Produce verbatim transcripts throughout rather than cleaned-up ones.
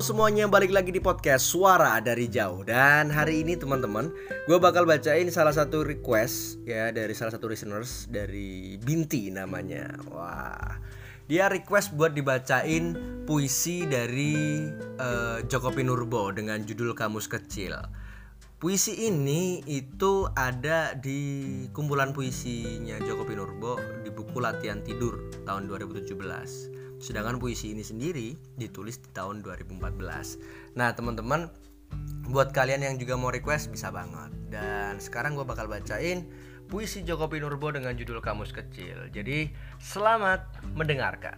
Semuanya, balik lagi di podcast Suara Dari Jauh. Dan hari ini teman-teman, gue bakal bacain salah satu request ya dari salah satu listeners, dari Binti namanya. Wah, dia request buat dibacain puisi dari uh, Djoko Pinurbo dengan judul Kamus Kecil. Puisi ini itu ada di kumpulan puisinya Djoko Pinurbo di buku Latihan Tidur tahun dua ribu tujuh belas. Sedangkan puisi ini sendiri ditulis di tahun dua ribu empat belas. Nah teman-teman, buat kalian yang juga mau request bisa banget. Dan sekarang gue bakal bacain puisi Djoko Pinurbo dengan judul Kamus Kecil. Jadi selamat mendengarkan.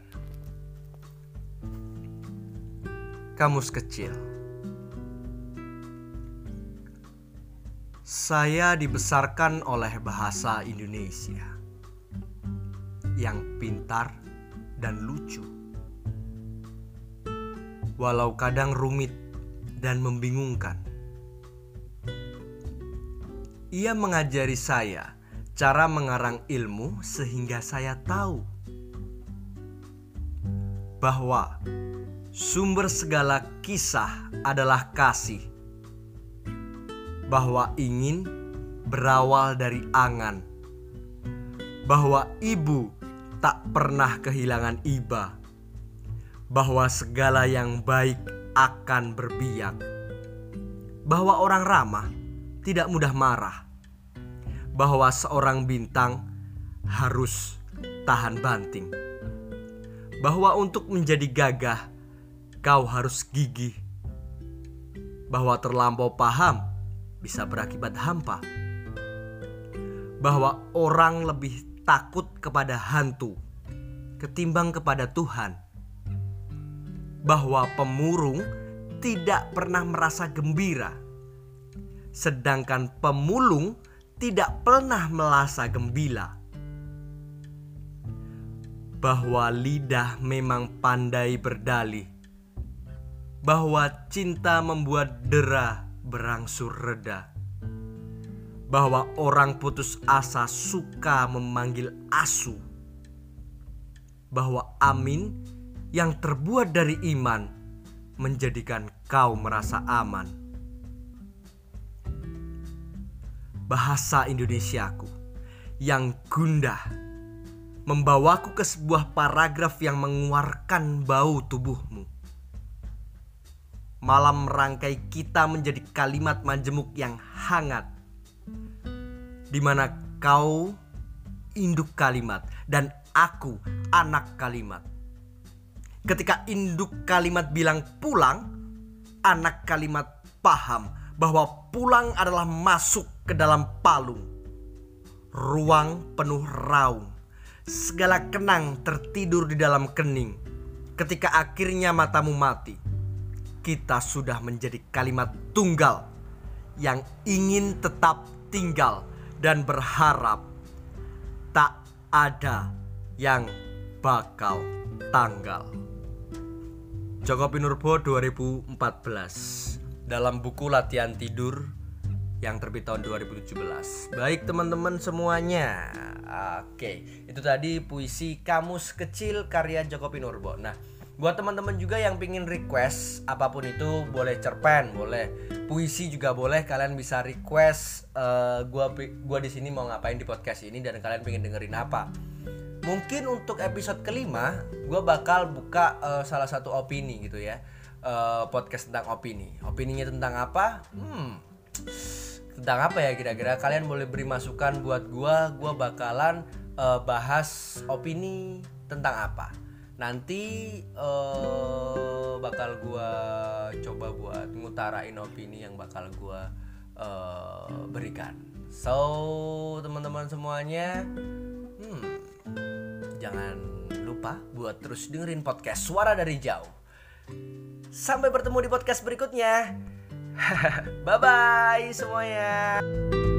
Kamus Kecil. Saya dibesarkan oleh bahasa Indonesia yang pintar dan lucu, walau kadang rumit dan membingungkan. Ia mengajari saya cara mengarang ilmu sehingga saya tahu bahwa sumber segala kisah adalah kasih, bahwa ingin berawal dari angan, bahwa ibu tak pernah kehilangan iba, bahwa segala yang baik akan berbiak, bahwa orang ramah tidak mudah marah, bahwa seorang bintang harus tahan banting, bahwa untuk menjadi gagah kau harus gigih, bahwa terlampau paham bisa berakibat hampa, bahwa orang lebih takut kepada hantu ketimbang kepada Tuhan, bahwa pemurung tidak pernah merasa gembira, sedangkan pemulung tidak pernah merasa gembira, bahwa lidah memang pandai berdalih, bahwa cinta membuat dera berangsur reda, bahwa orang putus asa suka memanggil asu, bahwa amin yang terbuat dari iman menjadikan kau merasa aman. Bahasa Indonesiaku yang gundah membawaku ke sebuah paragraf yang mengeluarkan bau tubuhmu. Malam merangkai kita menjadi kalimat majemuk yang hangat, di mana kau induk kalimat dan aku anak kalimat. Ketika induk kalimat bilang pulang, anak kalimat paham bahwa pulang adalah masuk ke dalam palung. Ruang penuh raung, segala kenang tertidur di dalam kening. Ketika akhirnya matamu mati, kita sudah menjadi kalimat tunggal yang ingin tetap tinggal dan berharap tak ada yang bakal tanggal. Djoko Pinurbo dua ribu empat belas dalam buku Latihan Tidur yang terbit tahun dua ribu tujuh belas. Baik teman-teman semuanya, oke, itu tadi puisi Kamus Kecil karya Djoko Pinurbo. Nah, buat teman-teman juga yang pingin request apapun itu, boleh cerpen, boleh puisi juga boleh. Kalian bisa request uh, gua gua di sini mau ngapain di podcast ini dan kalian pingin dengerin apa. Mungkin untuk episode kelima gua bakal buka uh, salah satu opini gitu ya, uh, podcast tentang opini. Opininya tentang apa? Hmm, tentang apa ya kira-kira? Kalian boleh beri masukan buat gua. Gua bakalan uh, bahas opini tentang apa. Nanti uh, bakal gue coba buat ngutarain opini yang bakal gue uh, berikan. So teman-teman semuanya, hmm, jangan lupa buat terus dengerin podcast Suara Dari Jauh. Sampai bertemu di podcast berikutnya. Bye bye semuanya.